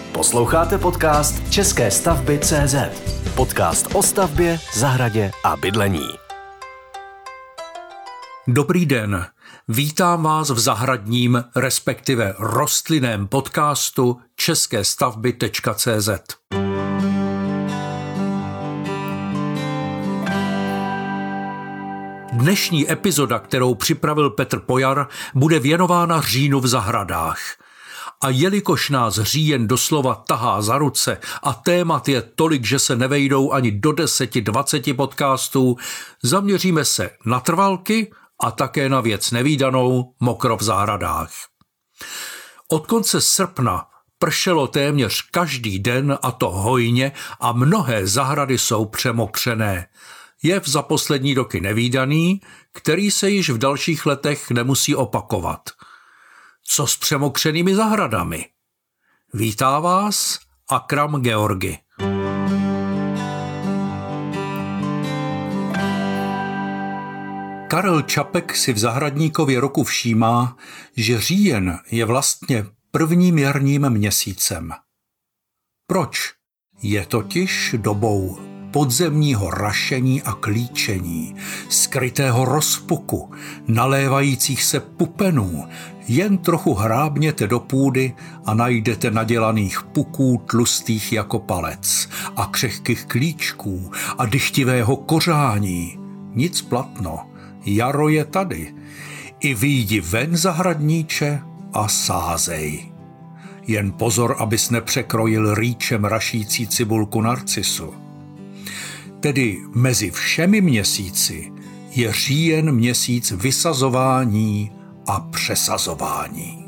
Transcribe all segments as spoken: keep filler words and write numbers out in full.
Posloucháte podcast České stavby tečka cé zet. Podcast o stavbě, zahradě a bydlení. Dobrý den, vítám vás v zahradním, respektive rostlinném podcastu České stavby tečka cé zet. Dnešní epizoda, kterou připravil Petr Pojar, bude věnována říjnu v zahradách. A jelikož nás říjen doslova tahá za ruce a témat je tolik, že se nevejdou ani do deseti dvaceti podcastů, zaměříme se na trvalky a také na věc nevídanou mokro v zahradách. Od konce srpna pršelo téměř každý den, a to hojně, a mnohé zahrady jsou přemokřené. Jev za poslední roky nevídaný, který se již v dalších letech nemusí opakovat. Co s přemokřenými zahradami? Vítá vás Akram Georgi. Karel Čapek si v Zahradníkově roku všímá, že říjen je vlastně prvním jarním měsícem. Proč? Je totiž dobou podzemního rašení a klíčení, skrytého rozpuku, nalévajících se pupenů. Jen trochu hrábněte do půdy a najdete nadělaných puků tlustých jako palec a křehkých klíčků a dychtivého kořání. Nic platno, jaro je tady. I vyjdi ven, zahradníče, a sázej. Jen pozor, abys nepřekrojil rýčem rašící cibulku narcisu. Tedy mezi všemi měsíci je říjen měsíc vysazování a přesazování.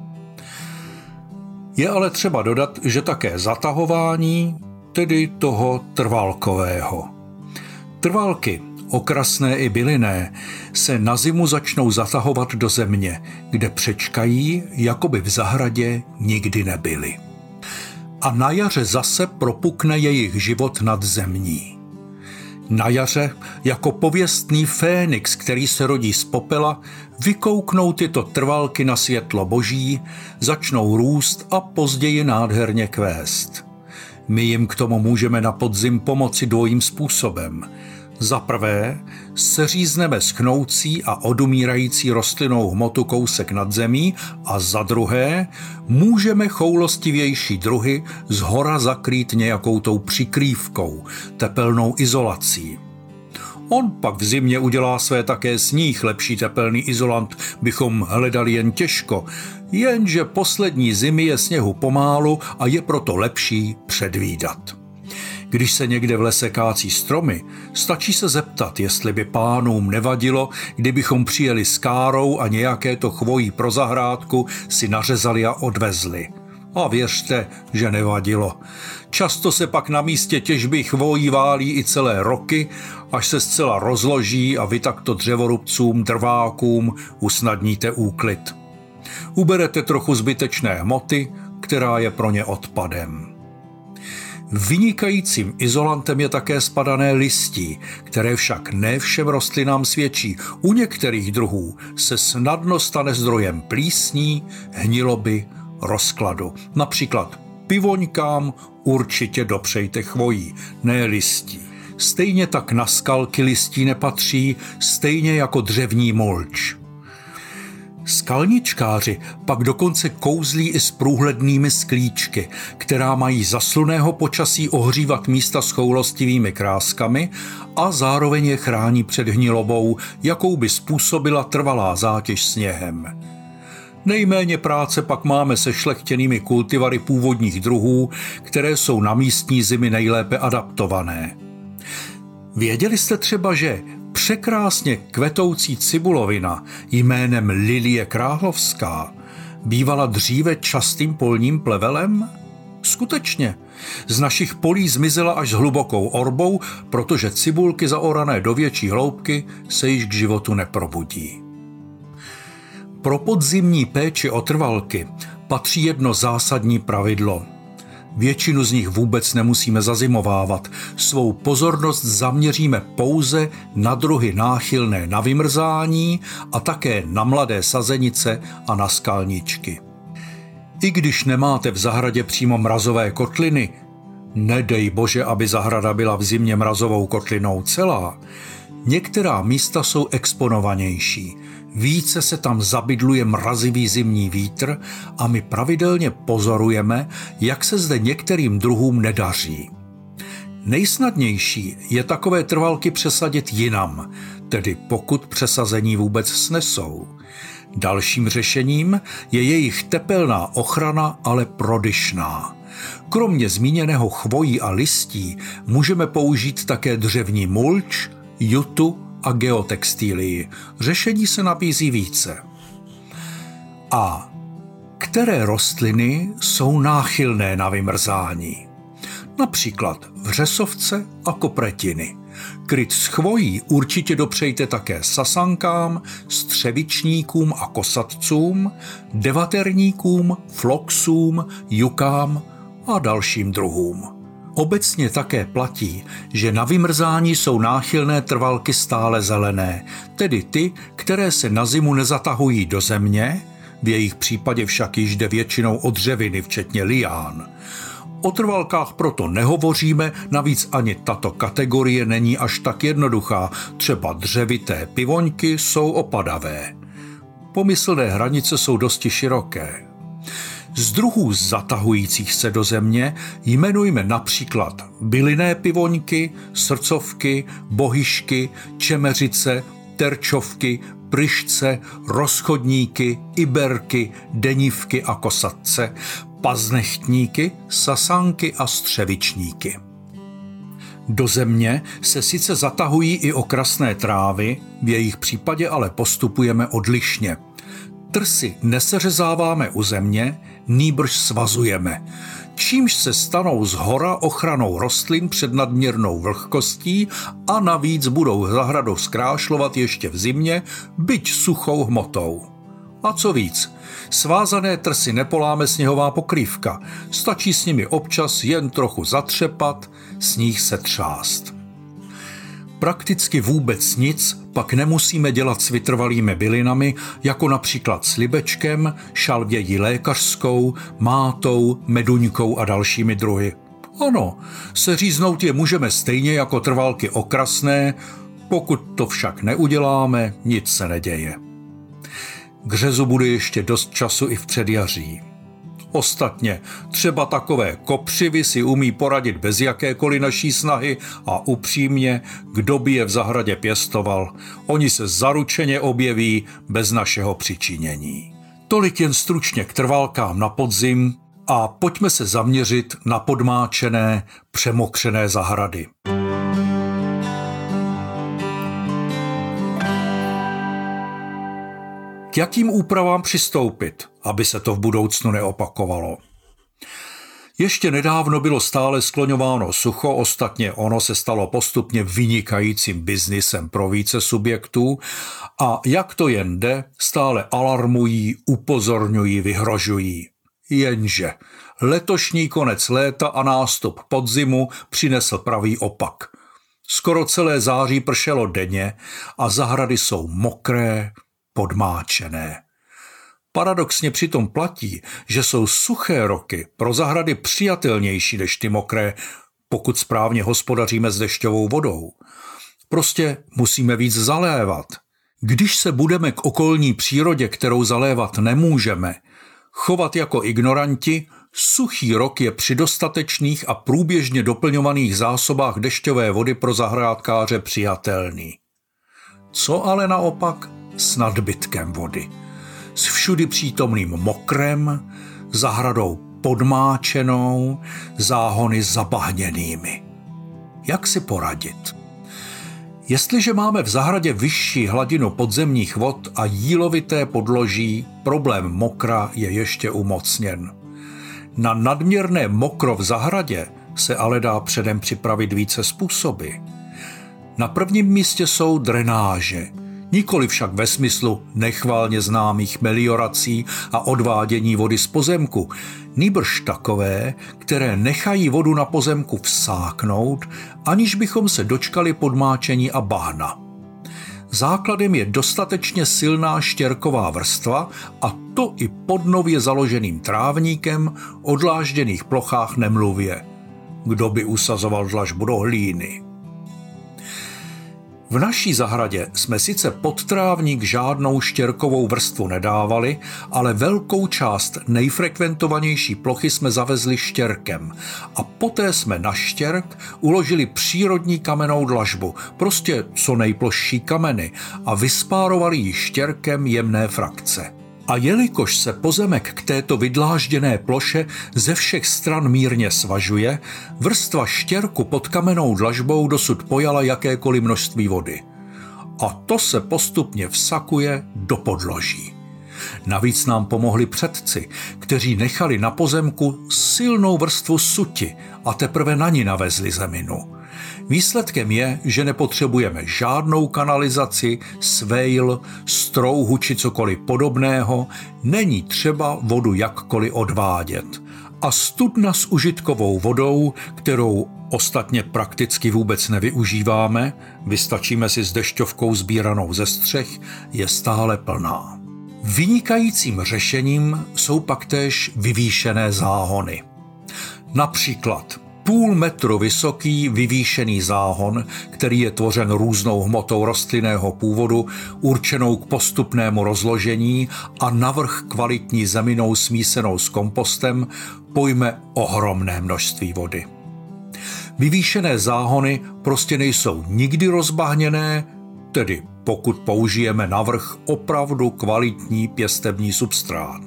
Je ale třeba dodat, že také zatahování, tedy toho trvalkového. Trvalky, okrasné i bylinné, se na zimu začnou zatahovat do země, kde přečkají, jako by v zahradě nikdy nebyly. A na jaře zase propukne jejich život nad zemní. Na jaře, jako pověstný fénix, který se rodí z popela, vykouknou tyto trvalky na světlo boží, začnou růst a později nádherně kvést. My jim k tomu můžeme na podzim pomoci dvojím způsobem. Za prvé, seřízneme schnoucí a odumírající rostlinnou hmotu kousek nad zemí, a za druhé, můžeme choulostivější druhy zhora zakrýt nějakou tou přikrývkou, tepelnou izolací. On pak v zimě udělá své také sníh, lepší tepelný izolant bychom hledali jen těžko, jenže poslední zimy je sněhu pomálu a je proto lepší předvídat. Když se někde v lese kácí stromy, stačí se zeptat, jestli by pánům nevadilo, kdybychom přijeli s károu a nějaké to chvojí pro zahrádku si nařezali a odvezli. A věřte, že nevadilo. Často se pak na místě těžby chvojí válí i celé roky, až se zcela rozloží a vy takto dřevorubcům, drvákům usnadníte úklid. Uberete trochu zbytečné hmoty, která je pro ně odpadem. Vynikajícím izolantem je také spadané listí, které však ne všem rostlinám svědčí. U některých druhů se snadno stane zdrojem plísní, hniloby, rozkladu. Například pivoňkám určitě dopřejte chvojí, ne listí. Stejně tak na skalky listí nepatří, stejně jako dřevní mulč. Skalničkáři pak dokonce kouzlí i s průhlednými sklíčky, která mají za slunného počasí ohřívat místa s choulostivými kráskami a zároveň je chrání před hnilobou, jakou by způsobila trvalá zátěž sněhem. Nejméně práce pak máme se šlechtěnými kultivary původních druhů, které jsou na místní zimy nejlépe adaptované. Věděli jste třeba, že překrásně kvetoucí cibulovina jménem lilie královská bývala dříve častým polním plevelem? Skutečně, z našich polí zmizela až s hlubokou orbou, protože cibulky zaorané do větší hloubky se již k životu neprobudí. Pro podzimní péči o trvalky patří jedno zásadní pravidlo. Většinu z nich vůbec nemusíme zazimovávat. Svou pozornost zaměříme pouze na druhy náchylné na vymrzání a také na mladé sazenice a na skalničky. I když nemáte v zahradě přímo mrazové kotliny, nedej bože, aby zahrada byla v zimě mrazovou kotlinou celá, některá místa jsou exponovanější. Více se tam zabydluje mrazivý zimní vítr a my pravidelně pozorujeme, jak se zde některým druhům nedaří. Nejsnadnější je takové trvalky přesadit jinam, tedy pokud přesazení vůbec snesou. Dalším řešením je jejich tepelná ochrana, ale prodyšná. Kromě zmíněného chvojí a listí můžeme použít také dřevní mulč, jutu a geotextilii. Řešení se nabízí více. A které rostliny jsou náchylné na vymrzání? Například vřesovce a kopretiny. Kryt s chvojí určitě dopřejte také sasankám, střevičníkům a kosatcům, devaterníkům, floxům, jukám a dalším druhům. Obecně také platí, že na vymrzání jsou náchylné trvalky stále zelené, tedy ty, které se na zimu nezatahují do země, v jejich případě však již jde většinou o dřeviny, včetně lián. O trvalkách proto nehovoříme, navíc ani tato kategorie není až tak jednoduchá, třeba dřevité pivoňky jsou opadavé. Pomyslné hranice jsou dosti široké. Z druhů zatahujících se do země jmenujme například bylinné pivoňky, srdcovky, bohyšky, čemeřice, terčovky, pryšce, rozchodníky, iberky, denivky a kosatce, paznechtníky, sasanky a střevičníky. Do země se sice zatahují i okrasné trávy, v jejich případě ale postupujeme odlišně. Trsy neseřezáváme u země, nýbrž svazujeme, čímž se stanou zhora ochranou rostlin před nadměrnou vlhkostí a navíc budou zahradou zkrášlovat ještě v zimě, byť suchou hmotou. A co víc, svázané trsy nepoláme sněhová pokrývka, stačí s nimi občas jen trochu zatřepat, sníh se třást. Prakticky vůbec nic pak nemusíme dělat s vytrvalými bylinami, jako například s libečkem, šalvějí lékařskou, mátou, meduňkou a dalšími druhy. Ano, seříznout je můžeme stejně jako trvalky okrasné, pokud to však neuděláme, nic se neděje. K řezu bude ještě dost času i v předjaří. Ostatně třeba takové kopřivy si umí poradit bez jakékoliv naší snahy a upřímně, kdo by je v zahradě pěstoval, oni se zaručeně objeví bez našeho přičinění. Tolik jen stručně k trvalkám na podzim a pojďme se zaměřit na podmáčené, přemokřené zahrady. K jakým úpravám přistoupit, aby se to v budoucnu neopakovalo? Ještě nedávno bylo stále skloňováno sucho, ostatně ono se stalo postupně vynikajícím biznisem pro více subjektů a jak to jen jde, stále alarmují, upozorňují, vyhrožují. Jenže letošní konec léta a nástup podzimu přinesl pravý opak. Skoro celé září pršelo denně a zahrady jsou mokré, podmáčené. Paradoxně přitom platí, že jsou suché roky pro zahrady přijatelnější než ty mokré, pokud správně hospodaříme s dešťovou vodou. Prostě musíme víc zalévat. Když se budeme k okolní přírodě, kterou zalévat nemůžeme, chovat jako ignoranti, suchý rok je při dostatečných a průběžně doplňovaných zásobách dešťové vody pro zahrádkáře přijatelný. Co ale naopak s nadbytkem vody? S všudy přítomným mokrem, zahradou podmáčenou, záhony zabahněnými. Jak si poradit? Jestliže máme v zahradě vyšší hladinu podzemních vod a jílovité podloží, problém mokra je ještě umocněn. Na nadměrné mokro v zahradě se ale dá předem připravit více způsoby. Na prvním místě jsou drenáže, nikoli však ve smyslu nechvalně známých meliorací a odvádění vody z pozemku, nýbrž takové, které nechají vodu na pozemku vsáknout, aniž bychom se dočkali podmáčení a bahna. Základem je dostatečně silná štěrková vrstva a to i pod nově založeným trávníkem, o dlážděných plochách nemluvě. Kdo by usazoval dlažbu do hlíny? V naší zahradě jsme sice pod trávník žádnou štěrkovou vrstvu nedávali, ale velkou část nejfrekventovanější plochy jsme zavezli štěrkem a poté jsme na štěrk uložili přírodní kamennou dlažbu, prostě co nejplošší kameny, a vyspárovali ji štěrkem jemné frakce. A jelikož se pozemek k této vydlážděné ploše ze všech stran mírně svažuje, vrstva štěrku pod kamennou dlažbou dosud pojala jakékoliv množství vody. A to se postupně vsakuje do podloží. Navíc nám pomohli předci, kteří nechali na pozemku silnou vrstvu suti a teprve na ní navezli zeminu. Výsledkem je, že nepotřebujeme žádnou kanalizaci, svejl, strouhu či cokoliv podobného, není třeba vodu jakkoliv odvádět. A studna s užitkovou vodou, kterou ostatně prakticky vůbec nevyužíváme, vystačíme si s dešťovkou sbíranou ze střech, je stále plná. Vynikajícím řešením jsou pak též vyvýšené záhony. Například půl metru vysoký vyvýšený záhon, který je tvořen různou hmotou rostlinného původu, určenou k postupnému rozložení a navrch kvalitní zeminou smísenou s kompostem, pojme ohromné množství vody. Vyvýšené záhony prostě nejsou nikdy rozbahněné, tedy pokud použijeme navrch opravdu kvalitní pěstební substrát.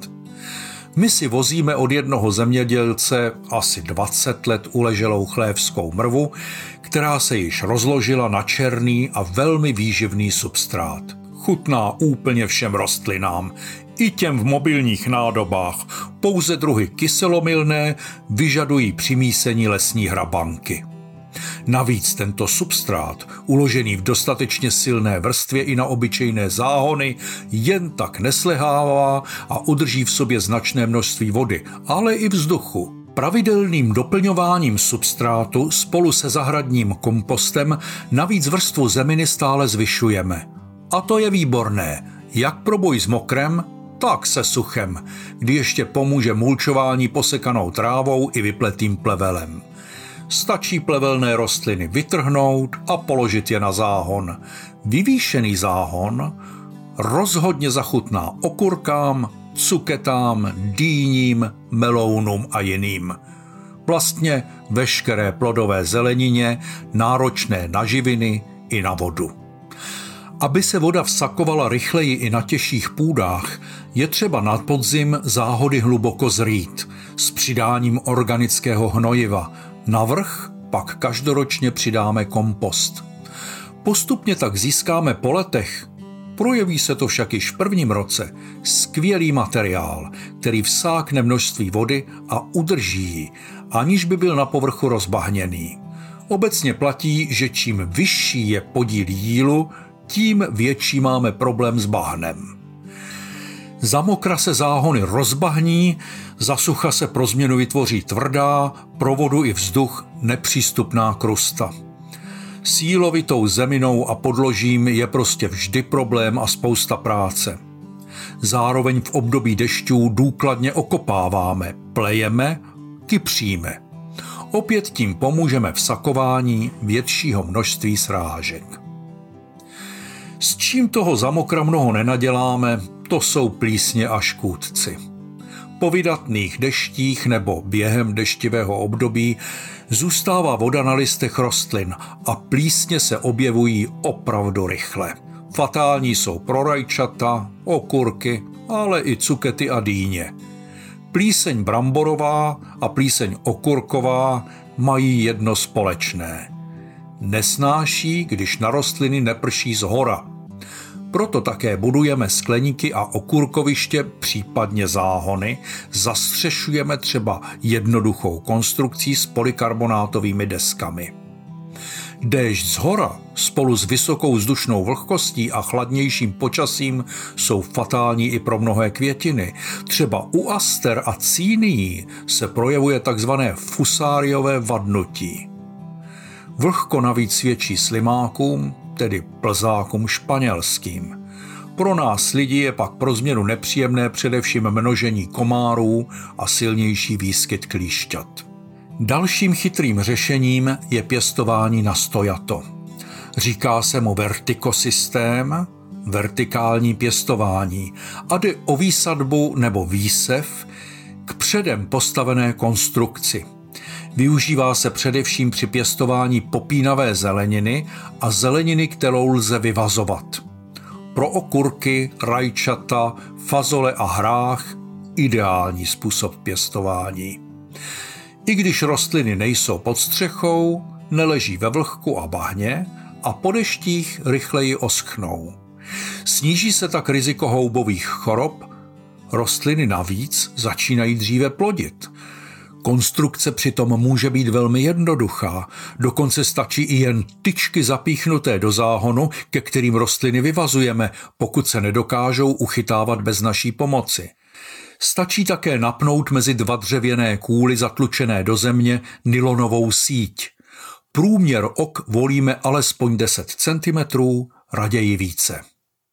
My si vozíme od jednoho zemědělce asi dvacet let uleželou chlévskou mrvu, která se již rozložila na černý a velmi výživný substrát. Chutná úplně všem rostlinám, i těm v mobilních nádobách. Pouze druhy kyselomylné vyžadují přimísení lesní hrabanky. Navíc tento substrát, uložený v dostatečně silné vrstvě i na obyčejné záhony, jen tak neslehává a udrží v sobě značné množství vody, ale i vzduchu. Pravidelným doplňováním substrátu spolu se zahradním kompostem navíc vrstvu zeminy stále zvyšujeme. A to je výborné, jak pro boj s mokrem, tak se suchem, kdy ještě pomůže mulčování posekanou trávou i vypletým plevelem. Stačí plevelné rostliny vytrhnout a položit je na záhon. Vyvýšený záhon rozhodně zachutná okurkám, cuketám, dýním, melounům a jiným. Vlastně veškeré plodové zelenině, náročné na živiny i na vodu. Aby se voda vsakovala rychleji i na těžších půdách, je třeba na podzim záhody hluboko zrýt s přidáním organického hnojiva. Navrch pak každoročně přidáme kompost. Postupně tak získáme po letech, projeví se to však již v prvním roce, skvělý materiál, který vsákne množství vody a udrží ji, aniž by byl na povrchu rozbahněný. Obecně platí, že čím vyšší je podíl jílu, tím větší máme problém s bahnem. Za mokra se záhony rozbahní, za sucha se pro změnu vytvoří tvrdá, pro vodu i vzduch nepřístupná krusta. S jílovitou zeminou a podložím je prostě vždy problém a spousta práce. Zároveň v období dešťů důkladně okopáváme, plejeme, kypříme. Opět tím pomůžeme vsakování většího množství srážek. S čím toho za mokra mnoho nenaděláme, to jsou plísně a škůdci. Po vydatných deštích nebo během deštivého období zůstává voda na listech rostlin a plísně se objevují opravdu rychle. Fatální jsou pro rajčata, okurky, ale i cukety a dýně. Plíseň bramborová a plíseň okurková mají jedno společné. Nesnáší, když na rostliny neprší zhora. Proto také budujeme skleníky a okurkoviště, případně záhony, zastřešujeme třeba jednoduchou konstrukcí s polykarbonátovými deskami. Déšť zhora spolu s vysokou vzdušnou vlhkostí a chladnějším počasím jsou fatální i pro mnohé květiny. Třeba u aster a cínií se projevuje takzvané fusáriové vadnutí. Vlhko navíc svědčí slimákům, tedy plzákům španělským. Pro nás lidi je pak pro změnu nepříjemné především množení komárů a silnější výskyt klíšťat. Dalším chytrým řešením je pěstování na stojato. Říká se mu vertikosystém, vertikální pěstování a jde o výsadbu nebo výsev k předem postavené konstrukci. Využívá se především při pěstování popínavé zeleniny a zeleniny, kterou lze vyvazovat. Pro okurky, rajčata, fazole a hrách ideální způsob pěstování. I když rostliny nejsou pod střechou, neleží ve vlhku a bahně a po deštích rychleji oschnou. Sníží se tak riziko houbových chorob, rostliny navíc začínají dříve plodit. Konstrukce přitom může být velmi jednoduchá, dokonce stačí i jen tyčky zapíchnuté do záhonu, ke kterým rostliny vyvazujeme, pokud se nedokážou uchytávat bez naší pomoci. Stačí také napnout mezi dva dřevěné kůly zatlučené do země nylonovou síť. Průměr ok volíme alespoň deset centimetrů, raději více.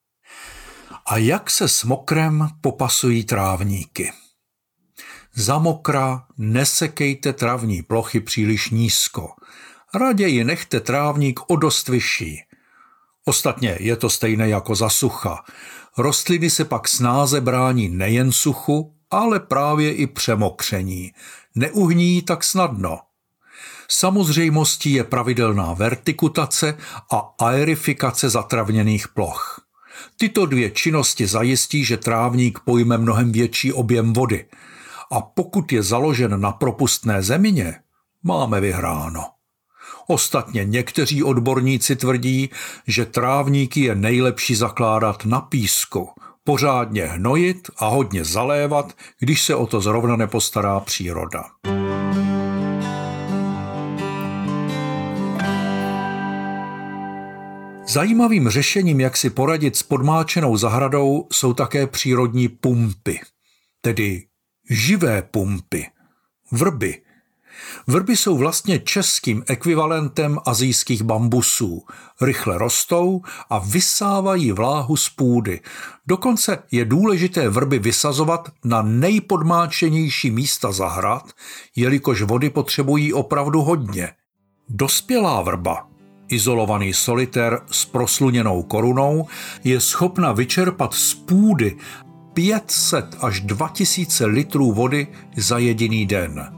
A jak se s mokrem popasují trávníky? Za mokra nesekejte travní plochy příliš nízko. Raději nechte trávník o dost vyšší. Ostatně je to stejné jako za sucha. Rostliny se pak snáze brání nejen suchu, ale právě i přemokření. Neuhníjí tak snadno. Samozřejmostí je pravidelná vertikutace a aerifikace zatravněných ploch. Tyto dvě činnosti zajistí, že trávník pojme mnohem větší objem vody. A pokud je založen na propustné zemině, máme vyhráno. Ostatně někteří odborníci tvrdí, že trávníky je nejlepší zakládat na písku, pořádně hnojit a hodně zalévat, když se o to zrovna nepostará příroda. Zajímavým řešením, jak si poradit s podmáčenou zahradou, jsou také přírodní pumpy, tedy živé pumpy, vrby. Vrby jsou vlastně českým ekvivalentem asijských bambusů. Rychle rostou a vysávají vláhu z půdy. Dokonce je důležité vrby vysazovat na nejpodmáčenější místa zahrad, jelikož vody potřebují opravdu hodně. Dospělá vrba, izolovaný solitér s prosluněnou korunou, je schopna vyčerpat z půdy pět set až dva tisíce litrů vody za jediný den.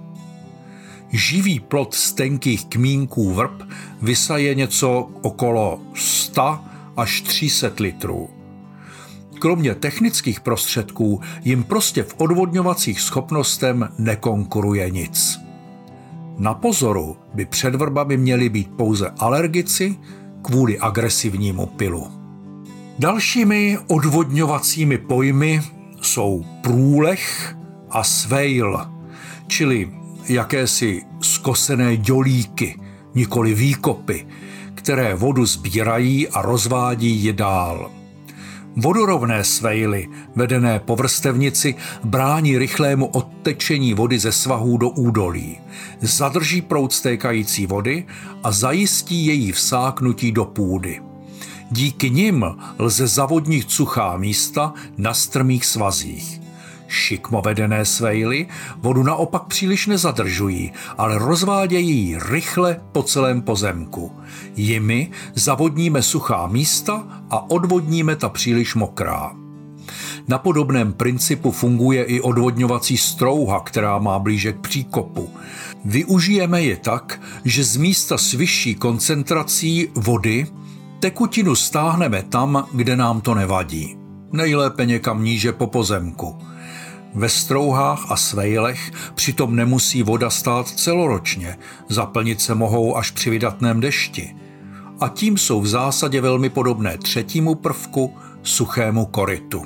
Živý plod z tenkých kmínků vrb vysaje něco okolo sto až tři sta litrů. Kromě technických prostředků jim prostě v odvodňovacích schopnostem nekonkuruje nic. Na pozoru by před vrbami měli být pouze alergici kvůli agresivnímu pilu. Dalšími odvodňovacími pojmy jsou průleh a svejl, čili jakési skosené dělíky, nikoli výkopy, které vodu sbírají a rozvádí ji dál. Vodorovné svejly, vedené po vrstevnici, brání rychlému odtečení vody ze svahů do údolí, zadrží proud stékající vody a zajistí její vsáknutí do půdy. Díky nim lze zavodnit suchá místa na strmých svazích. Šikmo vedené svejly vodu naopak příliš nezadržují, ale rozvádějí ji rychle po celém pozemku. Jimi zavodníme suchá místa a odvodníme ta příliš mokrá. Na podobném principu funguje i odvodňovací strouha, která má blíže k příkopu. Využijeme je tak, že z místa s vyšší koncentrací vody tekutinu stáhneme tam, kde nám to nevadí. Nejlépe někam níže po pozemku. Ve strouhách a svejlech přitom nemusí voda stát celoročně, zaplnit se mohou až při vydatném dešti. A tím jsou v zásadě velmi podobné třetímu prvku, suchému korytu.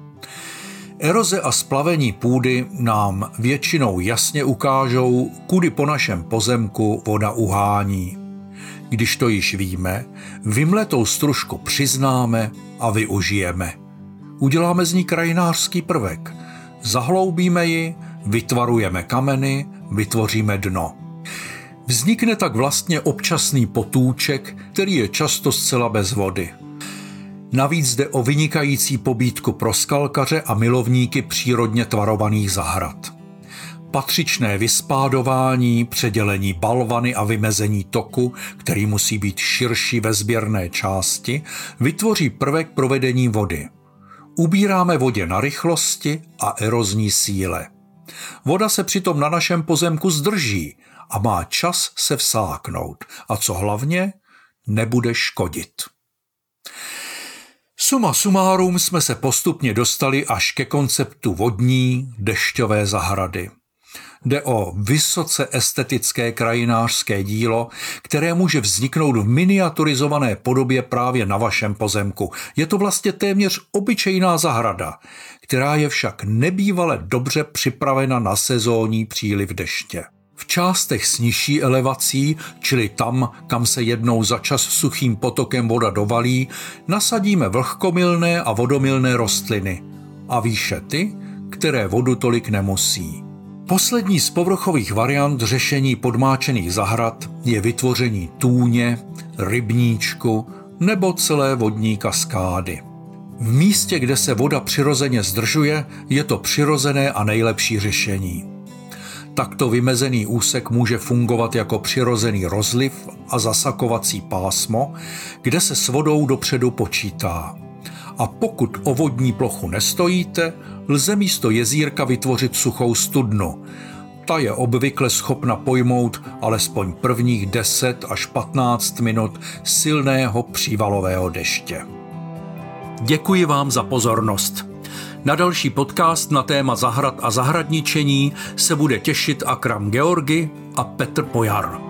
Eroze a splavení půdy nám většinou jasně ukážou, kudy po našem pozemku voda uhání. Když to již víme, vymletou stružku přiznáme a využijeme. Uděláme z ní krajinářský prvek. Zahloubíme ji, vytvarujeme kameny, vytvoříme dno. Vznikne tak vlastně občasný potůček, který je často zcela bez vody. Navíc jde o vynikající pobídku pro skalkaře a milovníky přírodně tvarovaných zahrad. Patřičné vyspádování, předělení balvany a vymezení toku, který musí být širší ve sběrné části, vytvoří prvek provedení vody. Ubíráme vodě na rychlosti a erozní síle. Voda se přitom na našem pozemku zdrží a má čas se vsáknout. A co hlavně, nebude škodit. Suma sumárum jsme se postupně dostali až ke konceptu vodní dešťové zahrady. Jde o vysoce estetické krajinářské dílo, které může vzniknout v miniaturizované podobě právě na vašem pozemku. Je to vlastně téměř obyčejná zahrada, která je však nebývale dobře připravena na sezónní příliv deště. V částech s nižší elevací, čili tam, kam se jednou za čas suchým potokem voda dovalí, nasadíme vlhkomilné a vodomilné rostliny a výše ty, které vodu tolik nemusí. Poslední z povrchových variant řešení podmáčených zahrad je vytvoření tůně, rybníčku nebo celé vodní kaskády. V místě, kde se voda přirozeně zdržuje, je to přirozené a nejlepší řešení. Takto vymezený úsek může fungovat jako přirozený rozliv a zasakovací pásmo, kde se s vodou dopředu počítá. A pokud o vodní plochu nestojíte, lze místo jezírka vytvořit suchou studnu. Ta je obvykle schopna pojmout alespoň prvních deset až patnáct minut silného přívalového deště. Děkuji vám za pozornost. Na další podcast na téma zahrad a zahradničení se bude těšit Akram Georgi a Petr Pojar.